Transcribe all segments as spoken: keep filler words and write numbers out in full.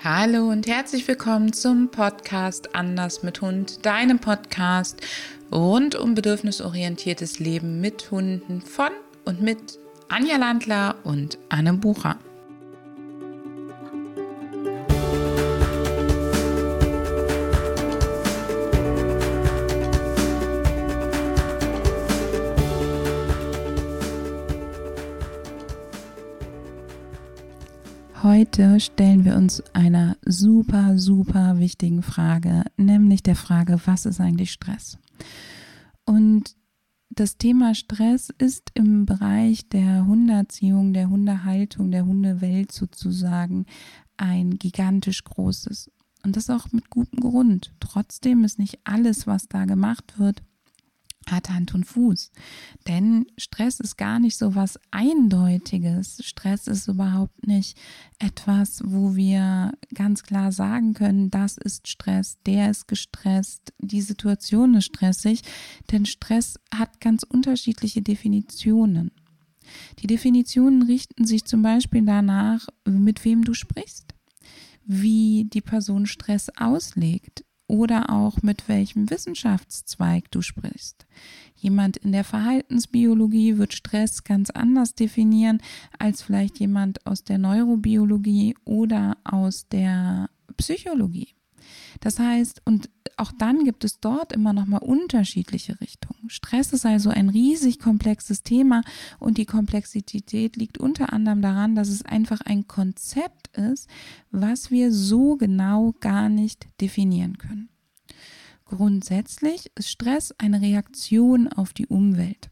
Hallo und herzlich willkommen zum Podcast Anders mit Hund, deinem Podcast rund um bedürfnisorientiertes Leben mit Hunden von und mit Anja Landler und Anne Bucher. Heute stellen wir uns einer super, super wichtigen Frage, nämlich der Frage, was ist eigentlich Stress? Und das Thema Stress ist im Bereich der Hundeerziehung, der Hundehaltung, der Hundewelt sozusagen ein gigantisch großes. Und das auch mit gutem Grund. Trotzdem ist nicht alles, was da gemacht wird, hat Hand und Fuß. Denn Stress ist gar nicht so was Eindeutiges. Stress ist überhaupt nicht etwas, wo wir ganz klar sagen können, das ist Stress, der ist gestresst, die Situation ist stressig. Denn Stress hat ganz unterschiedliche Definitionen. Die Definitionen richten sich zum Beispiel danach, mit wem du sprichst, wie die Person Stress auslegt, oder auch mit welchem Wissenschaftszweig du sprichst. Jemand in der Verhaltensbiologie wird Stress ganz anders definieren als vielleicht jemand aus der Neurobiologie oder aus der Psychologie. Das heißt, und auch dann gibt es dort immer noch mal unterschiedliche Richtungen. Stress ist also ein riesig komplexes Thema und die Komplexität liegt unter anderem daran, dass es einfach ein Konzept ist, was wir so genau gar nicht definieren können. Grundsätzlich ist Stress eine Reaktion auf die Umwelt,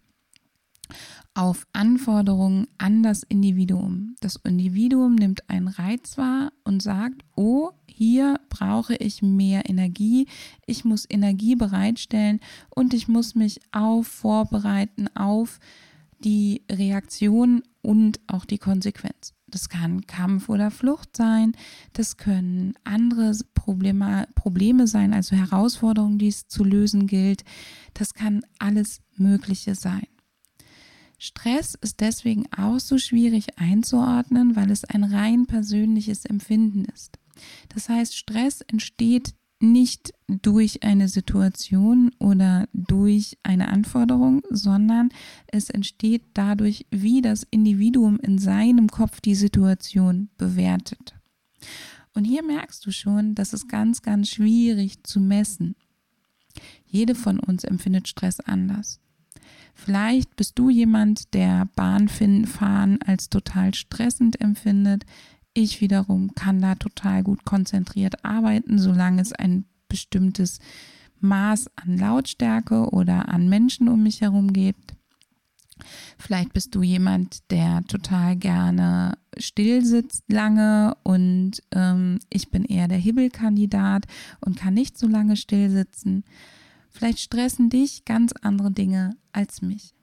auf Anforderungen an das Individuum. Das Individuum nimmt einen Reiz wahr und sagt, oh, hier brauche ich mehr Energie, ich muss Energie bereitstellen und ich muss mich auf vorbereiten auf die Reaktion und auch die Konsequenz. Das kann Kampf oder Flucht sein, das können andere Probleme, Probleme sein, also Herausforderungen, die es zu lösen gilt. Das kann alles Mögliche sein. Stress ist deswegen auch so schwierig einzuordnen, weil es ein rein persönliches Empfinden ist. Das heißt, Stress entsteht nicht durch eine Situation oder durch eine Anforderung, sondern es entsteht dadurch, wie das Individuum in seinem Kopf die Situation bewertet. Und hier merkst du schon, das ist ganz, ganz schwierig zu messen. Jede von uns empfindet Stress anders. Vielleicht bist du jemand, der Bahnfahren als total stressend empfindet. Ich wiederum kann da total gut konzentriert arbeiten, solange es ein bestimmtes Maß an Lautstärke oder an Menschen um mich herum gibt. Vielleicht bist du jemand, der total gerne still sitzt lange und ähm, ich bin eher der Hibbelkandidat und kann nicht so lange still sitzen. Vielleicht stressen dich ganz andere Dinge als mich.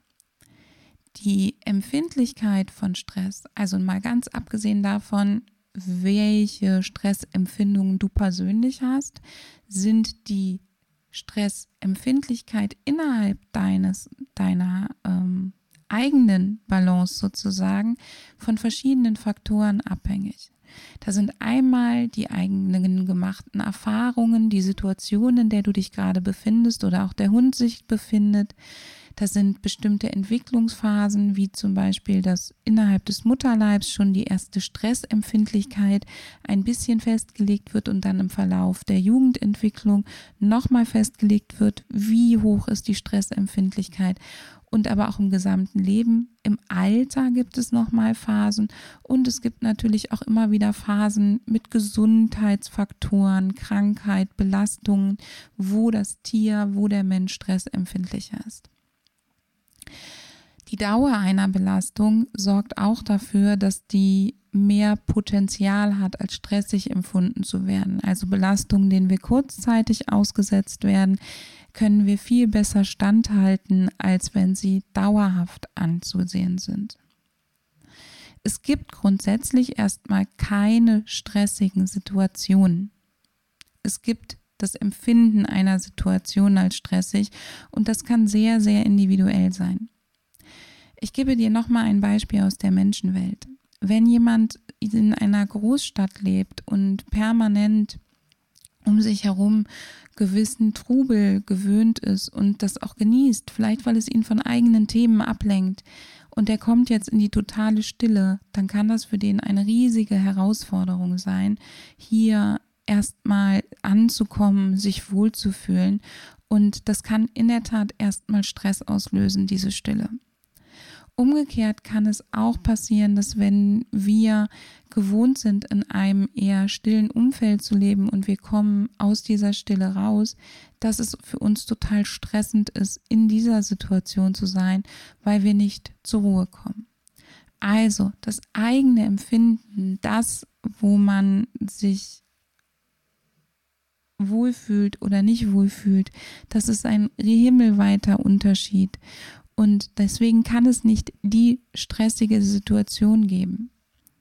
Die Empfindlichkeit von Stress, also mal ganz abgesehen davon, welche Stressempfindungen du persönlich hast, sind die Stressempfindlichkeit innerhalb deines, deiner ähm, eigenen Balance sozusagen von verschiedenen Faktoren abhängig. Da sind einmal die eigenen gemachten Erfahrungen, die Situation, in der du dich gerade befindest oder auch der Hund sich befindet. Da sind bestimmte Entwicklungsphasen, wie zum Beispiel, dass innerhalb des Mutterleibs schon die erste Stressempfindlichkeit ein bisschen festgelegt wird und dann im Verlauf der Jugendentwicklung nochmal festgelegt wird, wie hoch ist die Stressempfindlichkeit. Und aber auch im gesamten Leben. Im Alter gibt es nochmal Phasen und es gibt natürlich auch immer wieder Phasen mit Gesundheitsfaktoren, Krankheit, Belastungen, wo das Tier, wo der Mensch stressempfindlicher ist. Die Dauer einer Belastung sorgt auch dafür, dass die mehr Potenzial hat, als stressig empfunden zu werden. Also Belastungen, denen wir kurzzeitig ausgesetzt werden, können wir viel besser standhalten, als wenn sie dauerhaft anzusehen sind. Es gibt grundsätzlich erstmal keine stressigen Situationen. Es gibt das Empfinden einer Situation als stressig und das kann sehr, sehr individuell sein. Ich gebe dir nochmal ein Beispiel aus der Menschenwelt. Wenn jemand in einer Großstadt lebt und permanent um sich herum gewissen Trubel gewöhnt ist und das auch genießt, vielleicht weil es ihn von eigenen Themen ablenkt und der kommt jetzt in die totale Stille, dann kann das für den eine riesige Herausforderung sein, hier erstmal anzukommen, sich wohlzufühlen, und das kann in der Tat erstmal Stress auslösen, diese Stille. Umgekehrt kann es auch passieren, dass wenn wir gewohnt sind, in einem eher stillen Umfeld zu leben und wir kommen aus dieser Stille raus, dass es für uns total stressend ist, in dieser Situation zu sein, weil wir nicht zur Ruhe kommen. Also das eigene Empfinden, das, wo man sich wohlfühlt oder nicht wohlfühlt, das ist ein himmelweiter Unterschied. Und deswegen kann es nicht die stressige Situation geben.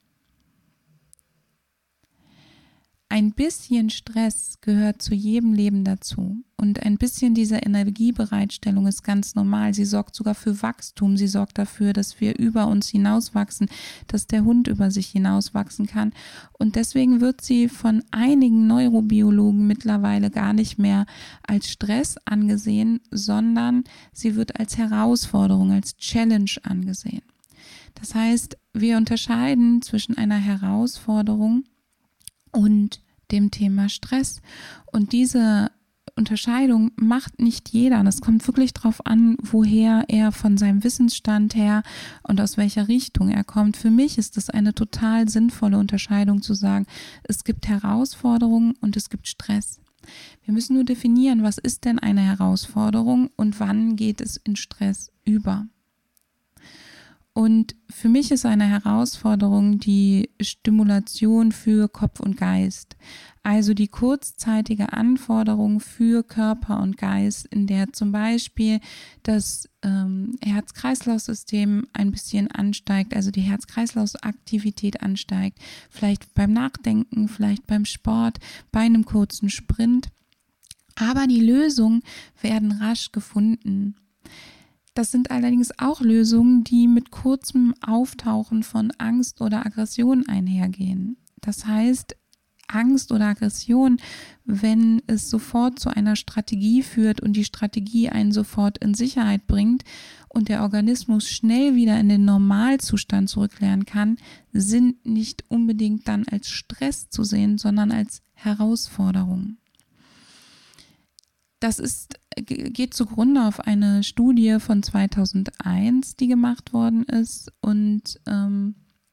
Ein bisschen Stress gehört zu jedem Leben dazu. Und ein bisschen dieser Energiebereitstellung ist ganz normal. Sie sorgt sogar für Wachstum. Sie sorgt dafür, dass wir über uns hinauswachsen, dass der Hund über sich hinauswachsen kann. Und deswegen wird sie von einigen Neurobiologen mittlerweile gar nicht mehr als Stress angesehen, sondern sie wird als Herausforderung, als Challenge angesehen. Das heißt, wir unterscheiden zwischen einer Herausforderung und dem Thema Stress. Und diese Unterscheidung macht nicht jeder. Das kommt wirklich darauf an, woher er von seinem Wissensstand her und aus welcher Richtung er kommt. Für mich ist das eine total sinnvolle Unterscheidung zu sagen, es gibt Herausforderungen und es gibt Stress. Wir müssen nur definieren, was ist denn eine Herausforderung und wann geht es in Stress über. Und für mich ist eine Herausforderung die Stimulation für Kopf und Geist. Also die kurzzeitige Anforderung für Körper und Geist, in der zum Beispiel das ähm, Herz-Kreislauf-System ein bisschen ansteigt, also die Herz-Kreislauf-Aktivität ansteigt, vielleicht beim Nachdenken, vielleicht beim Sport, bei einem kurzen Sprint. Aber die Lösungen werden rasch gefunden. Das sind allerdings auch Lösungen, die mit kurzem Auftauchen von Angst oder Aggression einhergehen. Das heißt, Angst oder Aggression, wenn es sofort zu einer Strategie führt und die Strategie einen sofort in Sicherheit bringt und der Organismus schnell wieder in den Normalzustand zurückkehren kann, sind nicht unbedingt dann als Stress zu sehen, sondern als Herausforderung. Das ist, geht zugrunde auf eine Studie von zweitausendeins, die gemacht worden ist, und ähm,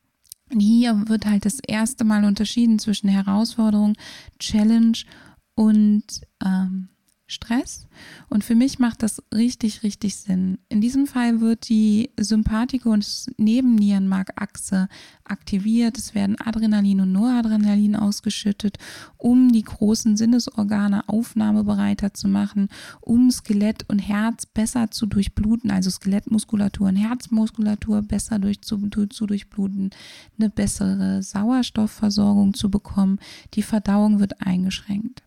hier wird halt das erste Mal unterschieden zwischen Herausforderung, Challenge und ähm, Stress. Und für mich macht das richtig, richtig Sinn. In diesem Fall wird die Sympathiko- und Nebennierenmarkachse aktiviert. Es werden Adrenalin und Noradrenalin ausgeschüttet, um die großen Sinnesorgane aufnahmebereiter zu machen, um Skelett und Herz besser zu durchbluten, also Skelettmuskulatur und Herzmuskulatur besser durch, zu, zu durchbluten, eine bessere Sauerstoffversorgung zu bekommen. Die Verdauung wird eingeschränkt.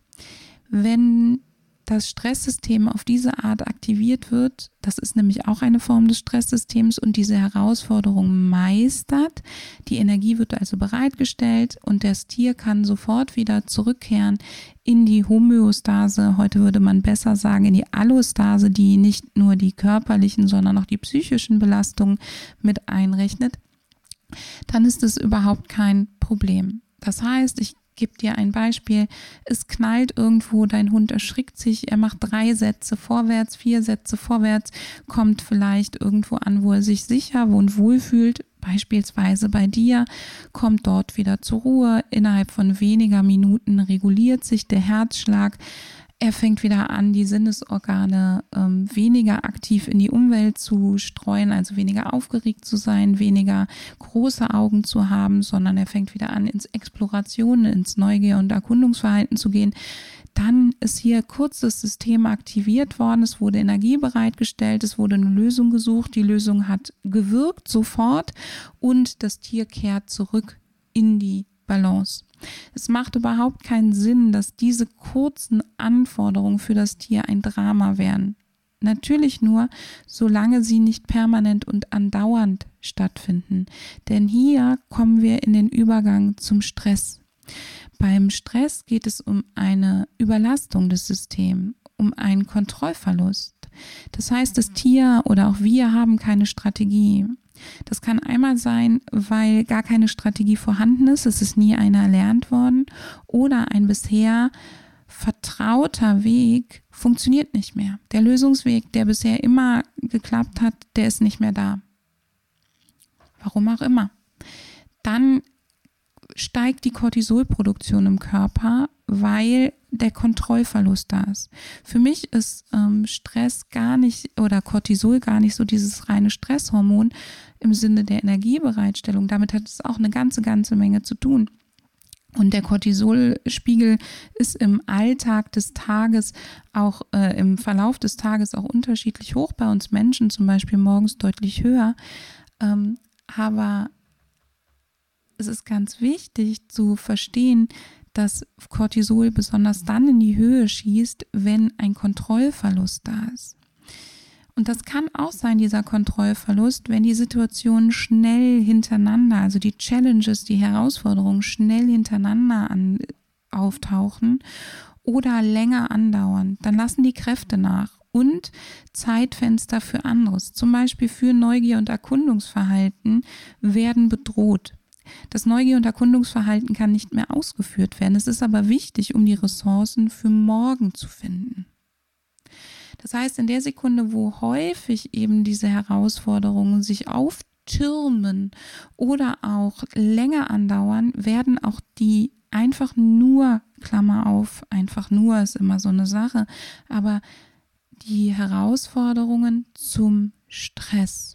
Wenn das Stresssystem auf diese Art aktiviert wird, das ist nämlich auch eine Form des Stresssystems, und diese Herausforderung meistert. Die Energie wird also bereitgestellt und das Tier kann sofort wieder zurückkehren in die Homöostase. Heute würde man besser sagen in die Allostase, die nicht nur die körperlichen, sondern auch die psychischen Belastungen mit einrechnet. Dann ist es überhaupt kein Problem. Das heißt, ich gebe dir ein Beispiel, es knallt irgendwo, dein Hund erschrickt sich, er macht drei Sätze vorwärts, vier Sätze vorwärts, kommt vielleicht irgendwo an, wo er sich sicher und wohl fühlt, beispielsweise bei dir, kommt dort wieder zur Ruhe, innerhalb von weniger Minuten reguliert sich der Herzschlag, er fängt wieder an, die Sinnesorgane ähm, weniger aktiv in die Umwelt zu streuen, also weniger aufgeregt zu sein, weniger große Augen zu haben, sondern er fängt wieder an, ins Exploration, ins Neugier- und Erkundungsverhalten zu gehen. Dann ist hier kurz das System aktiviert worden, es wurde Energie bereitgestellt, es wurde eine Lösung gesucht, die Lösung hat gewirkt sofort und das Tier kehrt zurück in die Balance. Es macht überhaupt keinen Sinn, dass diese kurzen Anforderungen für das Tier ein Drama wären. Natürlich nur, solange sie nicht permanent und andauernd stattfinden. Denn hier kommen wir in den Übergang zum Stress. Beim Stress geht es um eine Überlastung des Systems, um einen Kontrollverlust. Das heißt, das Tier oder auch wir haben keine Strategie. Das kann einmal sein, weil gar keine Strategie vorhanden ist, es ist nie eine erlernt worden, oder ein bisher vertrauter Weg funktioniert nicht mehr. Der Lösungsweg, der bisher immer geklappt hat, der ist nicht mehr da. Warum auch immer. Dann steigt die Cortisolproduktion im Körper, weil der Kontrollverlust da ist. Für mich ist ähm, Stress gar nicht oder Cortisol gar nicht so dieses reine Stresshormon im Sinne der Energiebereitstellung. Damit hat es auch eine ganze, ganze Menge zu tun. Und der Cortisolspiegel ist im Alltag des Tages, auch äh, im Verlauf des Tages auch unterschiedlich hoch. Bei uns Menschen zum Beispiel morgens deutlich höher. Ähm, aber es ist ganz wichtig zu verstehen, dass Cortisol besonders dann in die Höhe schießt, wenn ein Kontrollverlust da ist. Und das kann auch sein, dieser Kontrollverlust, wenn die Situationen schnell hintereinander, also die Challenges, die Herausforderungen schnell hintereinander an, auftauchen oder länger andauern. Dann lassen die Kräfte nach und Zeitfenster für anderes, zum Beispiel für Neugier- und Erkundungsverhalten, werden bedroht. Das Neugier- und Erkundungsverhalten kann nicht mehr ausgeführt werden. Es ist aber wichtig, um die Ressourcen für morgen zu finden. Das heißt, in der Sekunde, wo häufig eben diese Herausforderungen sich auftürmen oder auch länger andauern, werden auch die einfach nur, Klammer auf, einfach nur ist immer so eine Sache, aber die Herausforderungen zum Stress.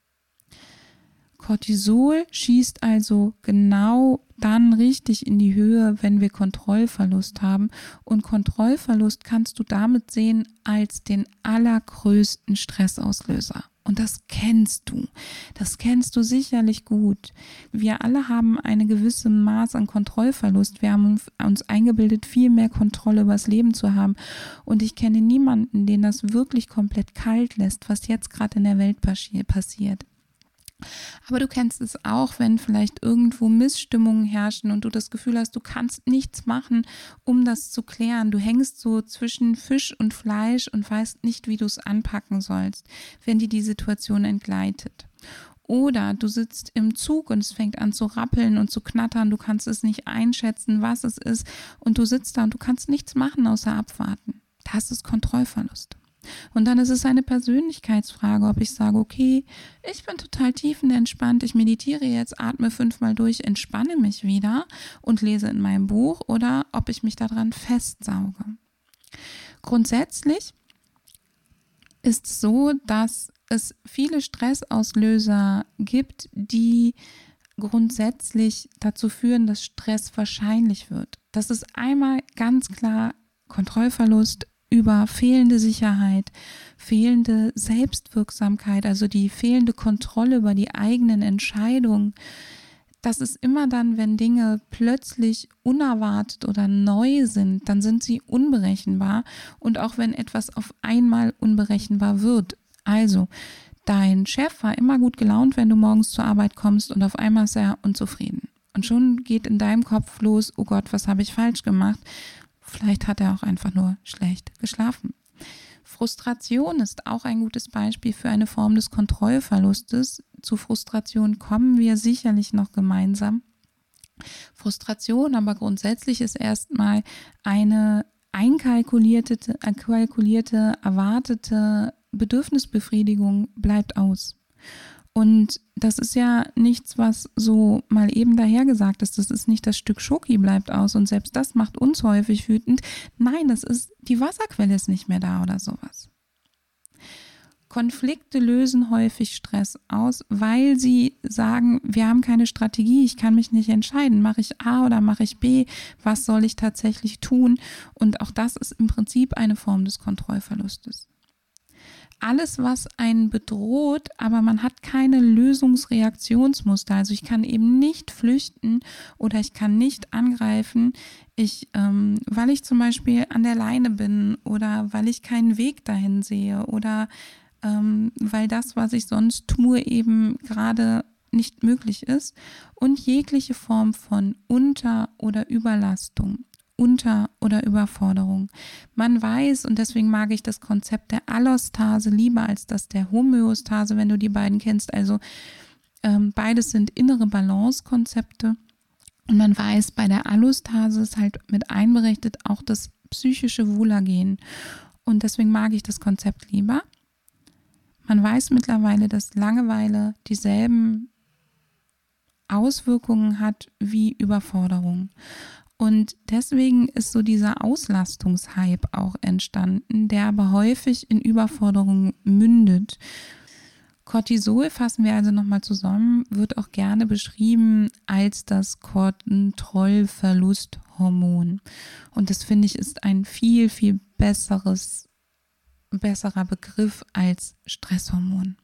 Cortisol schießt also genau dann richtig in die Höhe, wenn wir Kontrollverlust haben. Und Kontrollverlust kannst du damit sehen als den allergrößten Stressauslöser. Und das kennst du. Das kennst du sicherlich gut. Wir alle haben eine gewisse Maß an Kontrollverlust. Wir haben uns eingebildet, viel mehr Kontrolle über das Leben zu haben. Und ich kenne niemanden, den das wirklich komplett kalt lässt, was jetzt gerade in der Welt passiert. Aber du kennst es auch, wenn vielleicht irgendwo Missstimmungen herrschen und du das Gefühl hast, du kannst nichts machen, um das zu klären. Du hängst so zwischen Fisch und Fleisch und weißt nicht, wie du es anpacken sollst, wenn dir die Situation entgleitet. Oder du sitzt im Zug und es fängt an zu rappeln und zu knattern, du kannst es nicht einschätzen, was es ist, und du sitzt da und du kannst nichts machen, außer abwarten. Das ist Kontrollverlust. Und dann ist es eine Persönlichkeitsfrage, ob ich sage, okay, ich bin total tiefenentspannt, ich meditiere jetzt, atme fünfmal durch, entspanne mich wieder und lese in meinem Buch, oder ob ich mich daran festsauge. Grundsätzlich ist es so, dass es viele Stressauslöser gibt, die grundsätzlich dazu führen, dass Stress wahrscheinlich wird. Das ist einmal ganz klar Kontrollverlust über fehlende Sicherheit, fehlende Selbstwirksamkeit, also die fehlende Kontrolle über die eigenen Entscheidungen. Das ist immer dann, wenn Dinge plötzlich unerwartet oder neu sind, dann sind sie unberechenbar, und auch wenn etwas auf einmal unberechenbar wird. Also, dein Chef war immer gut gelaunt, wenn du morgens zur Arbeit kommst, und auf einmal ist er unzufrieden. Und schon geht in deinem Kopf los, oh Gott, was habe ich falsch gemacht? Vielleicht hat er auch einfach nur schlecht geschlafen. Frustration ist auch ein gutes Beispiel für eine Form des Kontrollverlustes. Zu Frustration kommen wir sicherlich noch gemeinsam. Frustration aber grundsätzlich ist erstmal eine einkalkulierte, kalkulierte, erwartete Bedürfnisbefriedigung bleibt aus. Und das ist ja nichts, was so mal eben dahergesagt ist. Das ist nicht das Stück Schoki bleibt aus und selbst das macht uns häufig wütend. Nein, das ist, die Wasserquelle ist nicht mehr da oder sowas. Konflikte lösen häufig Stress aus, weil sie sagen, wir haben keine Strategie, ich kann mich nicht entscheiden, mache ich A oder mache ich B, was soll ich tatsächlich tun? Und auch das ist im Prinzip eine Form des Kontrollverlustes. alles, was einen bedroht, aber man hat keine Lösungsreaktionsmuster. Also ich kann eben nicht flüchten oder ich kann nicht angreifen, ich, ähm, weil ich zum Beispiel an der Leine bin oder weil ich keinen Weg dahin sehe oder ähm, weil das, was ich sonst tue, eben gerade nicht möglich ist, und jegliche Form von Unter- oder Überlastung. Unter- oder Überforderung. Man weiß, und deswegen mag ich das Konzept der Allostase lieber als das der Homöostase, wenn du die beiden kennst. Also ähm, beides sind innere Balance-Konzepte. Und man weiß, bei der Allostase ist halt mit einberechnet auch das psychische Wohlergehen. Und deswegen mag ich das Konzept lieber. Man weiß mittlerweile, dass Langeweile dieselben Auswirkungen hat wie Überforderung. Und deswegen ist so dieser Auslastungshype auch entstanden, der aber häufig in Überforderung mündet. Cortisol, fassen wir also nochmal zusammen, wird auch gerne beschrieben als das Kontrollverlusthormon. Und das, finde ich, ist ein viel, viel besseres, besserer Begriff als Stresshormon.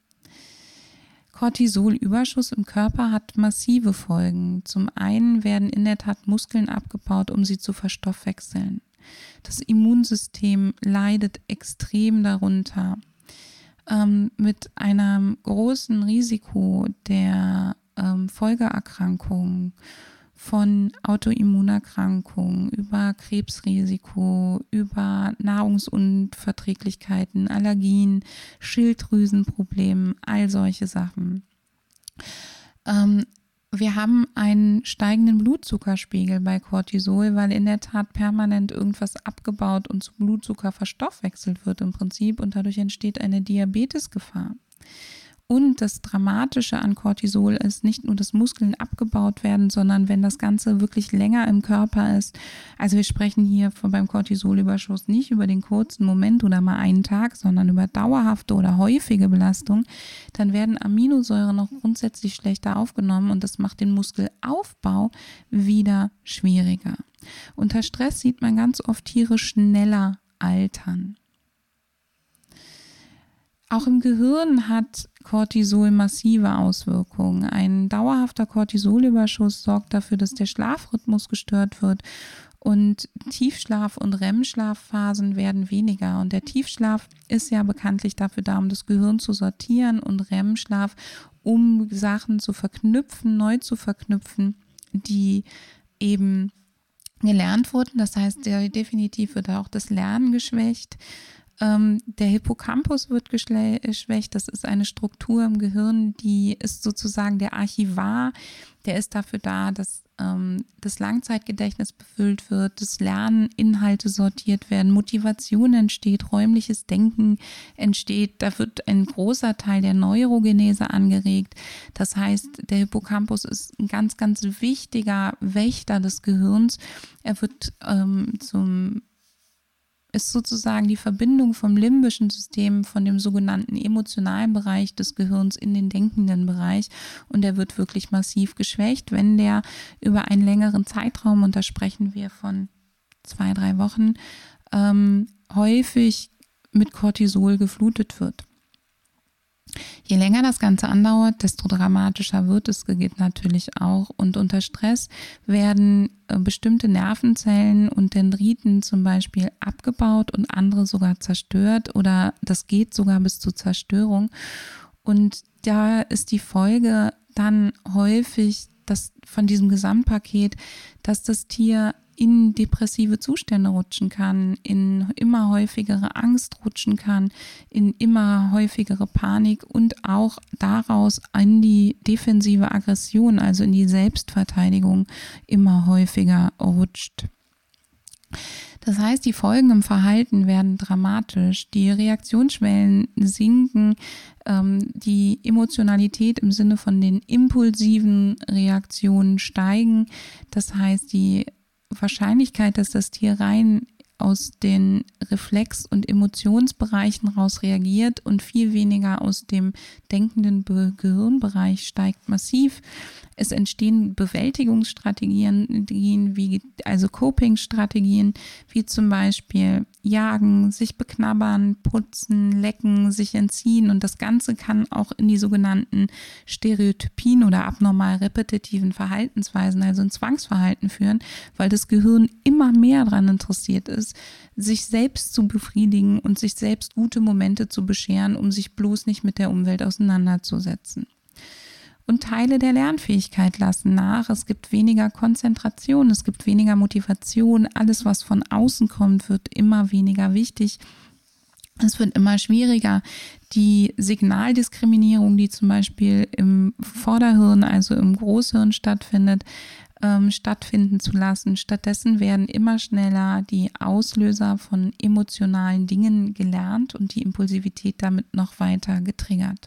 Cortisolüberschuss im Körper hat massive Folgen. Zum einen werden in der Tat Muskeln abgebaut, um sie zu verstoffwechseln. Das Immunsystem leidet extrem darunter. Ähm, mit einem großen Risiko der ähm, Folgeerkrankungen von Autoimmunerkrankungen über Krebsrisiko, über Nahrungsunverträglichkeiten, Allergien, Schilddrüsenproblemen, all solche Sachen. Ähm, wir haben einen steigenden Blutzuckerspiegel bei Cortisol, weil in der Tat permanent irgendwas abgebaut und zu Blutzucker verstoffwechselt wird im Prinzip, und dadurch entsteht eine Diabetesgefahr. Und das Dramatische an Cortisol ist nicht nur, dass Muskeln abgebaut werden, sondern wenn das Ganze wirklich länger im Körper ist. Also wir sprechen hier von, beim Cortisolüberschuss nicht über den kurzen Moment oder mal einen Tag, sondern über dauerhafte oder häufige Belastung. Dann werden Aminosäuren noch grundsätzlich schlechter aufgenommen und das macht den Muskelaufbau wieder schwieriger. Unter Stress sieht man ganz oft Tiere schneller altern. Auch im Gehirn hat Cortisol massive Auswirkungen. Ein dauerhafter Cortisolüberschuss sorgt dafür, dass der Schlafrhythmus gestört wird und Tiefschlaf- und R E M-Schlafphasen werden weniger. Und der Tiefschlaf ist ja bekanntlich dafür da, um das Gehirn zu sortieren, und R E M-Schlaf, um Sachen zu verknüpfen, neu zu verknüpfen, die eben gelernt wurden. Das heißt, der, definitiv wird auch das Lernen geschwächt. Der Hippocampus wird geschwächt. Das ist eine Struktur im Gehirn, die ist sozusagen der Archivar. Der ist dafür da, dass ähm, das Langzeitgedächtnis befüllt wird, das Lernen, Inhalte sortiert werden, Motivation entsteht, räumliches Denken entsteht. Da wird ein großer Teil der Neurogenese angeregt. Das heißt, der Hippocampus ist ein ganz, ganz wichtiger Wächter des Gehirns. Er wird ähm, zum ist sozusagen die Verbindung vom limbischen System, von dem sogenannten emotionalen Bereich des Gehirns in den denkenden Bereich, und der wird wirklich massiv geschwächt, wenn der über einen längeren Zeitraum, und da sprechen wir von zwei, drei Wochen, ähm, häufig mit Cortisol geflutet wird. Je länger das Ganze andauert, desto dramatischer wird es, geht natürlich auch. Und unter Stress werden äh, bestimmte Nervenzellen und Dendriten zum Beispiel abgebaut und andere sogar zerstört, oder das geht sogar bis zur Zerstörung. Und da ist die Folge dann häufig, dass von diesem Gesamtpaket, dass das Tier in depressive Zustände rutschen kann, in immer häufigere Angst rutschen kann, in immer häufigere Panik und auch daraus in die defensive Aggression, also in die Selbstverteidigung, immer häufiger rutscht. Das heißt, die Folgen im Verhalten werden dramatisch, die Reaktionsschwellen sinken, ähm, die Emotionalität im Sinne von den impulsiven Reaktionen steigen. Das heißt, die Wahrscheinlichkeit, dass das Tier rein aus den Reflex- und Emotionsbereichen raus reagiert und viel weniger aus dem denkenden Be- Gehirnbereich steigt massiv. Es entstehen Bewältigungsstrategien, wie, also Coping-Strategien, wie zum Beispiel jagen, sich beknabbern, putzen, lecken, sich entziehen. Und das Ganze kann auch in die sogenannten Stereotypien oder abnormal repetitiven Verhaltensweisen, also ein Zwangsverhalten führen, weil das Gehirn immer mehr daran interessiert ist, sich selbst zu befriedigen und sich selbst gute Momente zu bescheren, um sich bloß nicht mit der Umwelt auseinanderzusetzen. Und Teile der Lernfähigkeit lassen nach. Es gibt weniger Konzentration, es gibt weniger Motivation. Alles, was von außen kommt, wird immer weniger wichtig. Es wird immer schwieriger, die Signaldiskriminierung, die zum Beispiel im Vorderhirn, also im Großhirn stattfindet, ähm, stattfinden zu lassen. Stattdessen werden immer schneller die Auslöser von emotionalen Dingen gelernt und die Impulsivität damit noch weiter getriggert.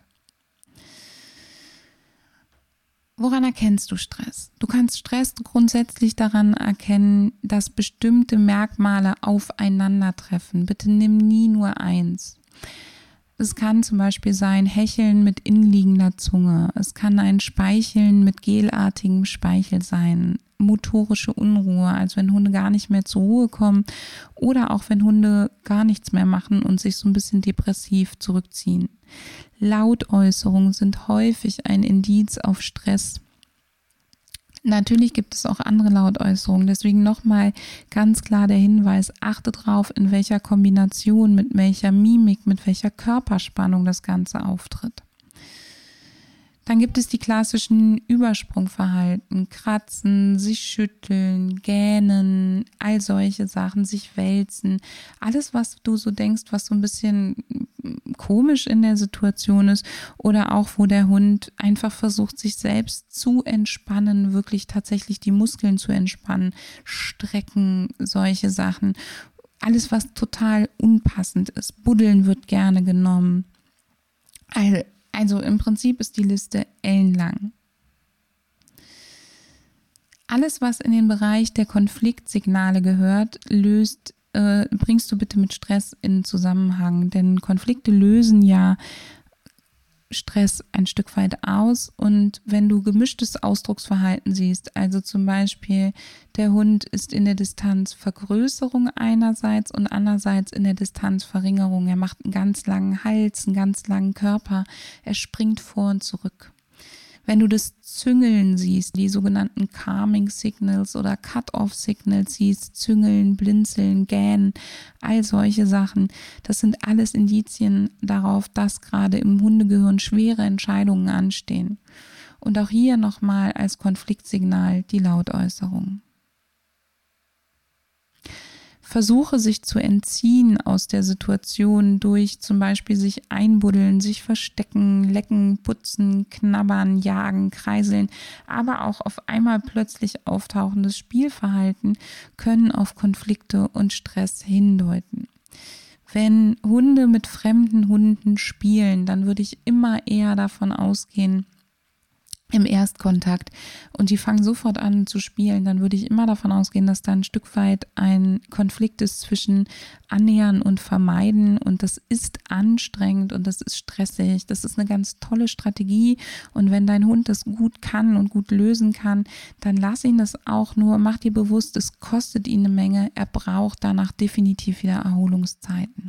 Woran erkennst du Stress? Du kannst Stress grundsätzlich daran erkennen, dass bestimmte Merkmale aufeinandertreffen. Bitte nimm nie nur eins. Es kann zum Beispiel sein Hecheln mit innenliegender Zunge. Es kann ein Speicheln mit gelartigem Speichel sein. Motorische Unruhe, also wenn Hunde gar nicht mehr zur Ruhe kommen oder auch wenn Hunde gar nichts mehr machen und sich so ein bisschen depressiv zurückziehen. Lautäußerungen sind häufig ein Indiz auf Stress. Natürlich gibt es auch andere Lautäußerungen, deswegen nochmal ganz klar der Hinweis, achte drauf, in welcher Kombination, mit welcher Mimik, mit welcher Körperspannung das Ganze auftritt. Dann gibt es die klassischen Übersprungverhalten, kratzen, sich schütteln, gähnen, all solche Sachen, sich wälzen. Alles, was du so denkst, was so ein bisschen komisch in der Situation ist oder auch, wo der Hund einfach versucht, sich selbst zu entspannen, wirklich tatsächlich die Muskeln zu entspannen, strecken, solche Sachen. Alles, was total unpassend ist. Buddeln wird gerne genommen. Also, Also im Prinzip ist die Liste ellenlang. Alles, was in den Bereich der Konfliktsignale gehört, löst, äh, bringst du bitte mit Stress in Zusammenhang. Denn Konflikte lösen ja Stress ein Stück weit aus. Und wenn du gemischtes Ausdrucksverhalten siehst, also zum Beispiel der Hund ist in der Distanzvergrößerung einerseits und andererseits in der Distanzverringerung. Er macht einen ganz langen Hals, einen ganz langen Körper. Er springt vor und zurück. Wenn du das Züngeln siehst, die sogenannten Calming Signals oder Cut-Off Signals siehst, Züngeln, Blinzeln, Gähnen, all solche Sachen, das sind alles Indizien darauf, dass gerade im Hundegehirn schwere Entscheidungen anstehen. Und auch hier nochmal als Konfliktsignal die Lautäußerung. Versuche sich zu entziehen aus der Situation durch zum Beispiel sich einbuddeln, sich verstecken, lecken, putzen, knabbern, jagen, kreiseln, aber auch auf einmal plötzlich auftauchendes Spielverhalten können auf Konflikte und Stress hindeuten. Wenn Hunde mit fremden Hunden spielen, dann würde ich immer eher davon ausgehen, im Erstkontakt und die fangen sofort an zu spielen, dann würde ich immer davon ausgehen, dass da ein Stück weit ein Konflikt ist zwischen Annähern und Vermeiden und das ist anstrengend und das ist stressig. Das ist eine ganz tolle Strategie und wenn dein Hund das gut kann und gut lösen kann, dann lass ihn das auch, nur mach dir bewusst, es kostet ihn eine Menge, er braucht danach definitiv wieder Erholungszeiten.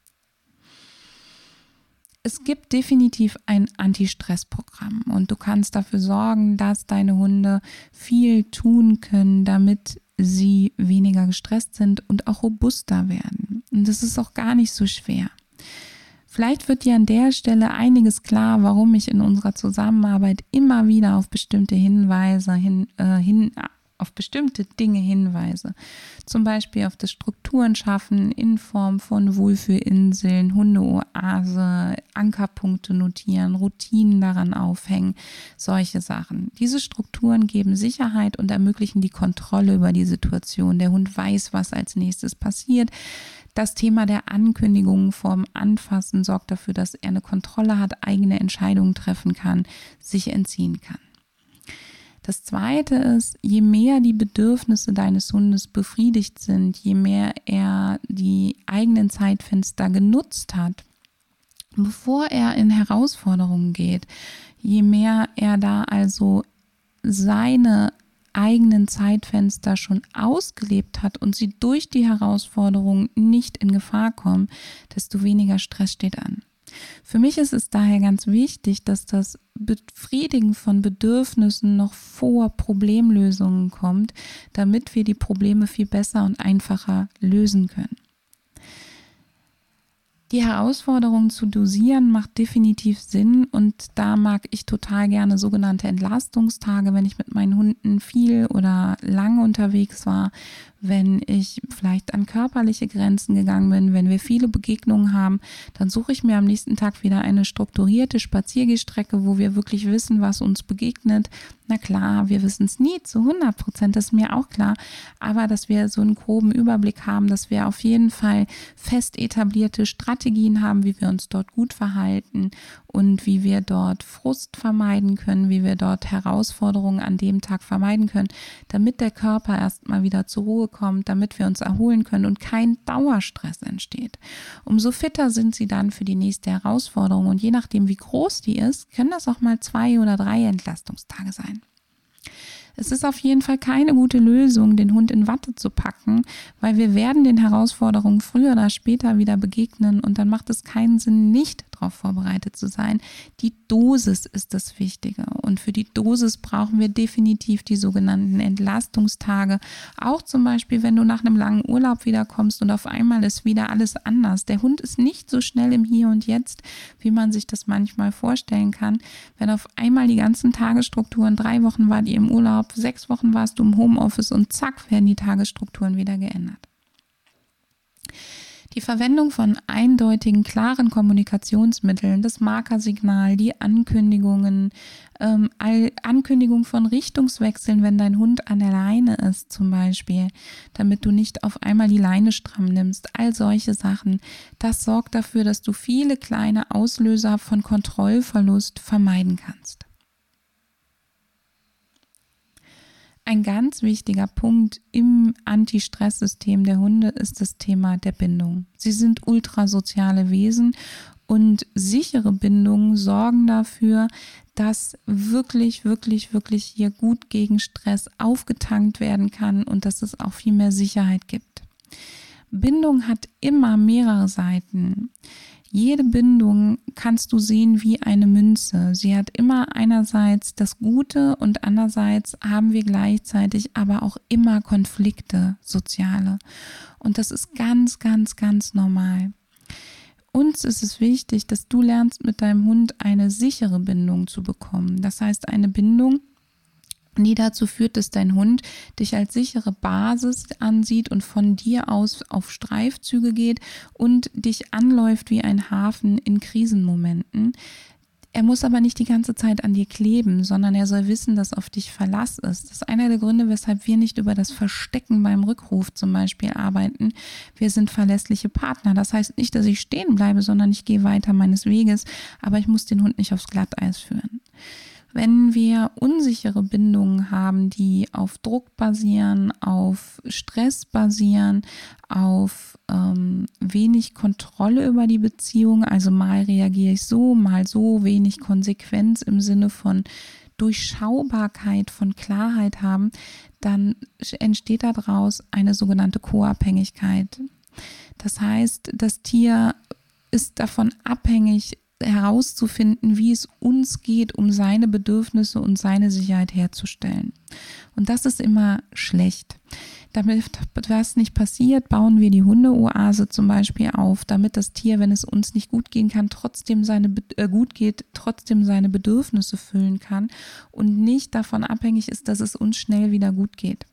Es gibt definitiv ein Anti-Stress-Programm und du kannst dafür sorgen, dass deine Hunde viel tun können, damit sie weniger gestresst sind und auch robuster werden. Und das ist auch gar nicht so schwer. Vielleicht wird dir an der Stelle einiges klar, warum ich in unserer Zusammenarbeit immer wieder auf bestimmte Hinweise hin, äh, hin auf bestimmte Dinge hinweise. Zum Beispiel auf das Strukturen schaffen in Form von Wohlfühlinseln, Hundeoase, Ankerpunkte notieren, Routinen daran aufhängen, solche Sachen. Diese Strukturen geben Sicherheit und ermöglichen die Kontrolle über die Situation. Der Hund weiß, was als nächstes passiert. Das Thema der Ankündigungen vorm Anfassen sorgt dafür, dass er eine Kontrolle hat, eigene Entscheidungen treffen kann, sich entziehen kann. Das Zweite ist, je mehr die Bedürfnisse deines Hundes befriedigt sind, je mehr er die eigenen Zeitfenster genutzt hat, bevor er in Herausforderungen geht, je mehr er da also seine eigenen Zeitfenster schon ausgelebt hat und sie durch die Herausforderungen nicht in Gefahr kommen, desto weniger Stress steht an. Für mich ist es daher ganz wichtig, dass das Befriedigen von Bedürfnissen noch vor Problemlösungen kommt, damit wir die Probleme viel besser und einfacher lösen können. Die Herausforderung zu dosieren macht definitiv Sinn und da mag ich total gerne sogenannte Entlastungstage, wenn ich mit meinen Hunden viel oder lange unterwegs war, wenn ich vielleicht an körperliche Grenzen gegangen bin, wenn wir viele Begegnungen haben, dann suche ich mir am nächsten Tag wieder eine strukturierte Spaziergehstrecke, wo wir wirklich wissen, was uns begegnet. Na klar, wir wissen es nie zu hundert Prozent, das ist mir auch klar, aber dass wir so einen groben Überblick haben, dass wir auf jeden Fall fest etablierte Strategien haben, wie wir uns dort gut verhalten und wie wir dort Frust vermeiden können, wie wir dort Herausforderungen an dem Tag vermeiden können, damit der Körper erstmal wieder zur Ruhe kommt, damit wir uns erholen können und kein Dauerstress entsteht. Umso fitter sind sie dann für die nächste Herausforderung und je nachdem, wie groß die ist, können das auch mal zwei oder drei Entlastungstage sein. Es ist auf jeden Fall keine gute Lösung, den Hund in Watte zu packen, weil wir werden den Herausforderungen früher oder später wieder begegnen und dann macht es keinen Sinn, nicht darauf vorbereitet zu sein. Die Dosis ist das Wichtige und für die Dosis brauchen wir definitiv die sogenannten Entlastungstage. Auch zum Beispiel, wenn du nach einem langen Urlaub wiederkommst und auf einmal ist wieder alles anders. Der Hund ist nicht so schnell im Hier und Jetzt, wie man sich das manchmal vorstellen kann. Wenn auf einmal die ganzen Tagesstrukturen, drei Wochen wart ihr im Urlaub, sechs Wochen warst du im Homeoffice und zack, werden die Tagesstrukturen wieder geändert. Die Verwendung von eindeutigen, klaren Kommunikationsmitteln, das Markersignal, die Ankündigungen, ähm, Ankündigung von Richtungswechseln, wenn dein Hund an der Leine ist zum Beispiel, damit du nicht auf einmal die Leine stramm nimmst, all solche Sachen, das sorgt dafür, dass du viele kleine Auslöser von Kontrollverlust vermeiden kannst. Ein ganz wichtiger Punkt im Anti-Stress-System der Hunde ist das Thema der Bindung. Sie sind ultrasoziale Wesen und sichere Bindungen sorgen dafür, dass wirklich, wirklich, wirklich hier gut gegen Stress aufgetankt werden kann und dass es auch viel mehr Sicherheit gibt. Bindung hat immer mehrere Seiten. Jede Bindung kannst du sehen wie eine Münze. Sie hat immer einerseits das Gute und andererseits haben wir gleichzeitig aber auch immer Konflikte, soziale. Und das ist ganz, ganz, ganz normal. Uns ist es wichtig, dass du lernst, mit deinem Hund eine sichere Bindung zu bekommen. Das heißt, eine Bindung, die dazu führt, dass dein Hund dich als sichere Basis ansieht und von dir aus auf Streifzüge geht und dich anläuft wie ein Hafen in Krisenmomenten. Er muss aber nicht die ganze Zeit an dir kleben, sondern er soll wissen, dass auf dich Verlass ist. Das ist einer der Gründe, weshalb wir nicht über das Verstecken beim Rückruf zum Beispiel arbeiten. Wir sind verlässliche Partner. Das heißt nicht, dass ich stehen bleibe, sondern ich gehe weiter meines Weges, aber ich muss den Hund nicht aufs Glatteis führen. Wenn wir unsichere Bindungen haben, die auf Druck basieren, auf Stress basieren, auf ähm, wenig Kontrolle über die Beziehung, also mal reagiere ich so, mal so, wenig Konsequenz im Sinne von Durchschaubarkeit, von Klarheit haben, dann entsteht daraus eine sogenannte Co-Abhängigkeit. Das heißt, das Tier ist davon abhängig, herauszufinden, wie es uns geht, um seine Bedürfnisse und seine Sicherheit herzustellen. Und das ist immer schlecht. Damit das nicht passiert, bauen wir die Hundeoase zum Beispiel auf, damit das Tier, wenn es uns nicht gut gehen kann, trotzdem seine äh, gut geht, trotzdem seine Bedürfnisse füllen kann und nicht davon abhängig ist, dass es uns schnell wieder gut geht.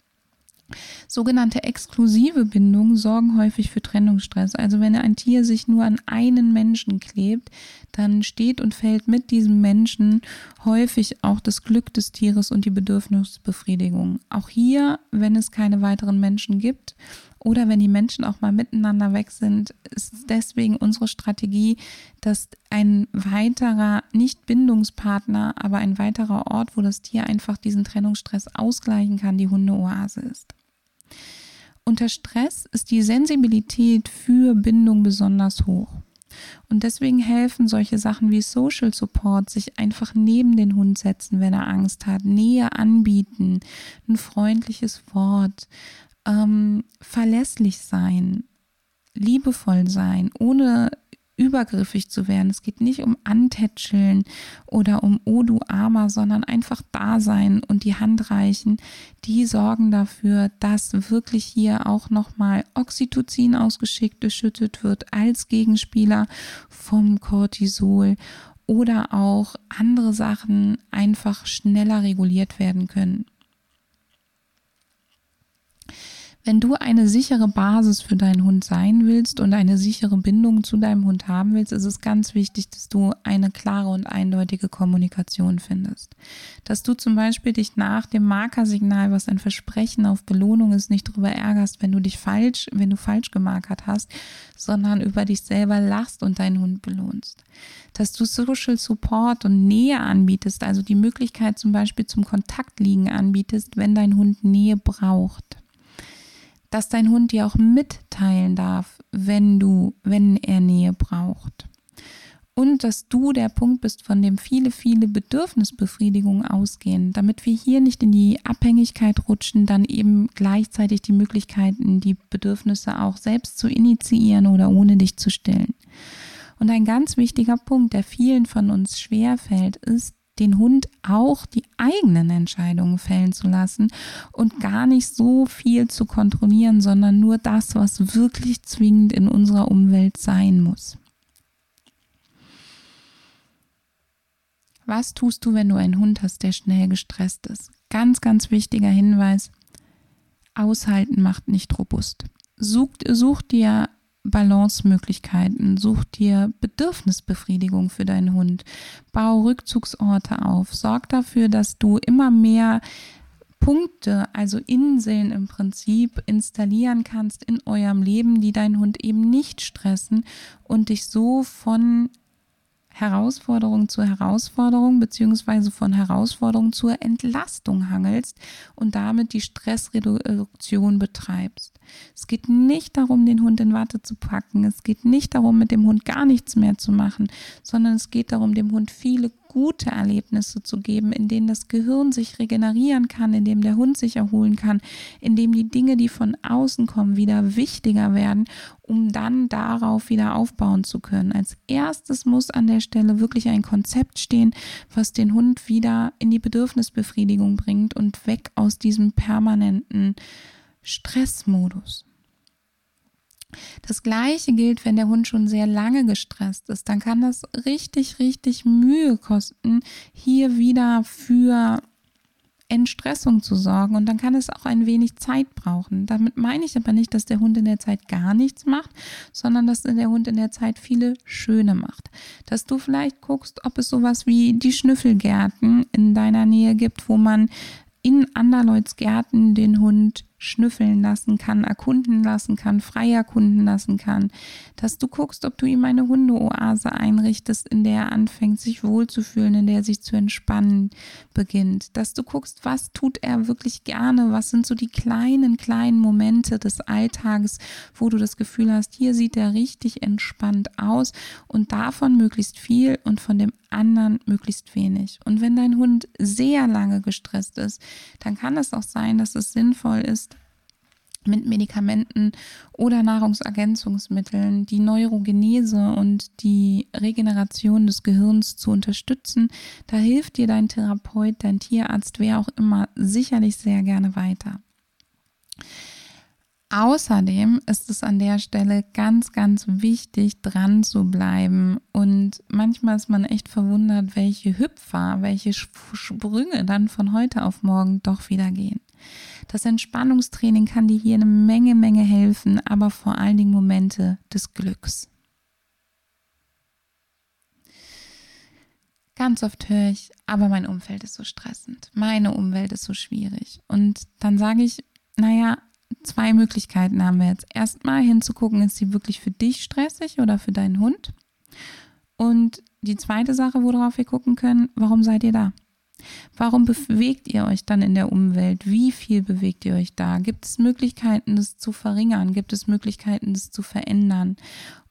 Sogenannte exklusive Bindungen sorgen häufig für Trennungsstress. Also wenn ein Tier sich nur an einen Menschen klebt, dann steht und fällt mit diesem Menschen häufig auch das Glück des Tieres und die Bedürfnisbefriedigung. Auch hier, wenn es keine weiteren Menschen gibt oder wenn die Menschen auch mal miteinander weg sind, ist deswegen unsere Strategie, dass ein weiterer, nicht Bindungspartner, aber ein weiterer Ort, wo das Tier einfach diesen Trennungsstress ausgleichen kann, die Hundeoase ist. Unter Stress ist die Sensibilität für Bindung besonders hoch. Und deswegen helfen solche Sachen wie Social Support, sich einfach neben den Hund setzen, wenn er Angst hat, Nähe anbieten, ein freundliches Wort, ähm, verlässlich sein, liebevoll sein, ohne übergriffig zu werden. Es geht nicht um Antätscheln oder um Oh du Armer, sondern einfach da sein und die Hand reichen. Die sorgen dafür, dass wirklich hier auch nochmal Oxytocin ausgeschickt, geschüttet wird als Gegenspieler vom Cortisol oder auch andere Sachen einfach schneller reguliert werden können. Wenn du eine sichere Basis für deinen Hund sein willst und eine sichere Bindung zu deinem Hund haben willst, ist es ganz wichtig, dass du eine klare und eindeutige Kommunikation findest. Dass du zum Beispiel dich nach dem Markersignal, was ein Versprechen auf Belohnung ist, nicht darüber ärgerst, wenn du dich falsch, wenn du falsch gemarkert hast, sondern über dich selber lachst und deinen Hund belohnst. Dass du Social Support und Nähe anbietest, also die Möglichkeit zum Beispiel zum Kontaktliegen anbietest, wenn dein Hund Nähe braucht. Dass dein Hund dir auch mitteilen darf, wenn du, wenn er Nähe braucht. Und dass du der Punkt bist, von dem viele, viele Bedürfnisbefriedigungen ausgehen, damit wir hier nicht in die Abhängigkeit rutschen, dann eben gleichzeitig die Möglichkeiten, die Bedürfnisse auch selbst zu initiieren oder ohne dich zu stillen. Und ein ganz wichtiger Punkt, der vielen von uns schwerfällt, ist, den Hund auch die eigenen Entscheidungen fällen zu lassen und gar nicht so viel zu kontrollieren, sondern nur das, was wirklich zwingend in unserer Umwelt sein muss. Was tust du, wenn du einen Hund hast, der schnell gestresst ist? Ganz, ganz wichtiger Hinweis: Aushalten macht nicht robust. Such, such dir Balancemöglichkeiten, such dir Bedürfnisbefriedigung für deinen Hund, bau Rückzugsorte auf, sorg dafür, dass du immer mehr Punkte, also Inseln im Prinzip, installieren kannst in eurem Leben, die deinen Hund eben nicht stressen und dich so von Herausforderung zu Herausforderung beziehungsweise von Herausforderung zur Entlastung hangelst und damit die Stressreduktion betreibst. Es geht nicht darum, den Hund in Watte zu packen. Es geht nicht darum, mit dem Hund gar nichts mehr zu machen, sondern es geht darum, dem Hund viele gute Erlebnisse zu geben, in denen das Gehirn sich regenerieren kann, in dem der Hund sich erholen kann, in dem die Dinge, die von außen kommen, wieder wichtiger werden, um dann darauf wieder aufbauen zu können. Als erstes muss an der Stelle wirklich ein Konzept stehen, was den Hund wieder in die Bedürfnisbefriedigung bringt und weg aus diesem permanenten Stressmodus. Das Gleiche gilt, wenn der Hund schon sehr lange gestresst ist. Dann kann das richtig, richtig Mühe kosten, hier wieder für Entstressung zu sorgen, und dann kann es auch ein wenig Zeit brauchen. Damit meine ich aber nicht, dass der Hund in der Zeit gar nichts macht, sondern dass der Hund in der Zeit viele Schöne macht. Dass du vielleicht guckst, ob es sowas wie die Schnüffelgärten in deiner Nähe gibt, wo man in Anderleuts Gärten den Hund schnüffeln lassen kann, erkunden lassen kann, frei erkunden lassen kann. Dass du guckst, ob du ihm eine Hundeoase einrichtest, in der er anfängt, sich wohlzufühlen, in der er sich zu entspannen beginnt. Dass du guckst, was tut er wirklich gerne, was sind so die kleinen, kleinen Momente des Alltages, wo du das Gefühl hast, hier sieht er richtig entspannt aus, und davon möglichst viel und von dem anderen möglichst wenig. Und wenn dein Hund sehr lange gestresst ist, dann kann es auch sein, dass es sinnvoll ist, mit Medikamenten oder Nahrungsergänzungsmitteln die Neurogenese und die Regeneration des Gehirns zu unterstützen. Da hilft dir dein Therapeut, dein Tierarzt, wer auch immer, sicherlich sehr gerne weiter. Außerdem ist es an der Stelle ganz, ganz wichtig, dran zu bleiben, und manchmal ist man echt verwundert, welche Hüpfer, welche Sprünge dann von heute auf morgen doch wieder gehen. Das Entspannungstraining kann dir hier eine Menge, Menge helfen, aber vor allen Dingen Momente des Glücks. Ganz oft höre ich, aber mein Umfeld ist so stressend, meine Umwelt ist so schwierig. Und dann sage ich, naja, zwei Möglichkeiten haben wir jetzt. Erstmal hinzugucken, ist sie wirklich für dich stressig oder für deinen Hund? Und die zweite Sache, worauf wir gucken können, warum seid ihr da? Warum bewegt ihr euch dann in der Umwelt? Wie viel bewegt ihr euch da? Gibt es Möglichkeiten, das zu verringern? Gibt es Möglichkeiten, das zu verändern?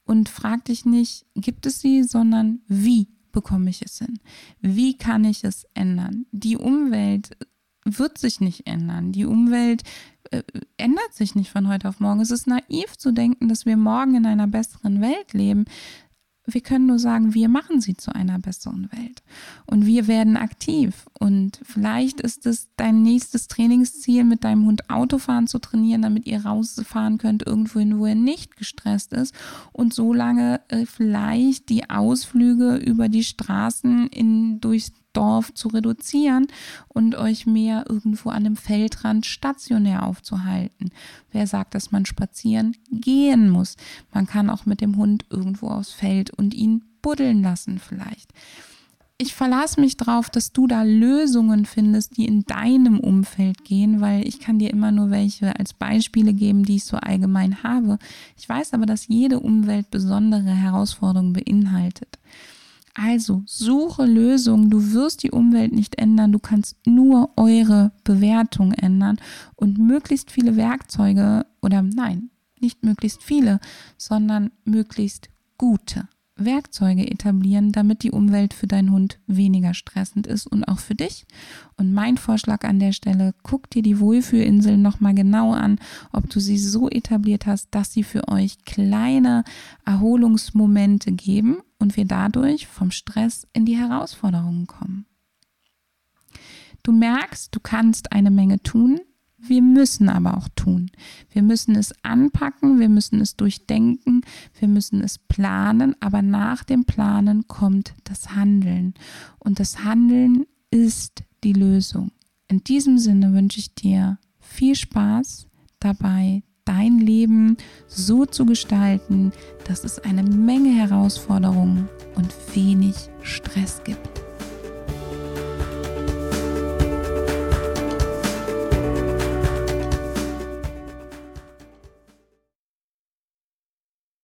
Und frag dich nicht, gibt es sie, sondern wie bekomme ich es hin? Wie kann ich es ändern? Die Umwelt wird sich nicht ändern. Die Umwelt äh, ändert sich nicht von heute auf morgen. Es ist naiv zu denken, dass wir morgen in einer besseren Welt leben. Wir können nur sagen, wir machen sie zu einer besseren Welt. Und wir werden aktiv. Und vielleicht ist es dein nächstes Trainingsziel, mit deinem Hund Autofahren zu trainieren, damit ihr rausfahren könnt, irgendwo hin, wo er nicht gestresst ist. Und so lange äh, vielleicht die Ausflüge über die Straßen in, durchs Dorf zu reduzieren und euch mehr irgendwo an einem Feldrand stationär aufzuhalten. Wer sagt, dass man spazieren gehen muss? Man kann auch mit dem Hund irgendwo aufs Feld und ihn buddeln lassen vielleicht. Ich verlasse mich drauf, dass du da Lösungen findest, die in deinem Umfeld gehen, weil ich kann dir immer nur welche als Beispiele geben, die ich so allgemein habe. Ich weiß aber, dass jede Umwelt besondere Herausforderungen beinhaltet. Also suche Lösungen, du wirst die Umwelt nicht ändern, du kannst nur eure Bewertung ändern und möglichst viele Werkzeuge oder nein, nicht möglichst viele, sondern möglichst gute Werkzeuge etablieren, damit die Umwelt für deinen Hund weniger stressend ist und auch für dich. Und mein Vorschlag an der Stelle, guck dir die Wohlfühlinseln nochmal genau an, ob du sie so etabliert hast, dass sie für euch kleine Erholungsmomente geben und wir dadurch vom Stress in die Herausforderungen kommen. Du merkst, du kannst eine Menge tun. Wir müssen aber auch tun. Wir müssen es anpacken, wir müssen es durchdenken, wir müssen es planen, aber nach dem Planen kommt das Handeln. Und das Handeln ist die Lösung. In diesem Sinne wünsche ich dir viel Spaß dabei, dein Leben so zu gestalten, dass es eine Menge Herausforderungen und wenig Stress gibt.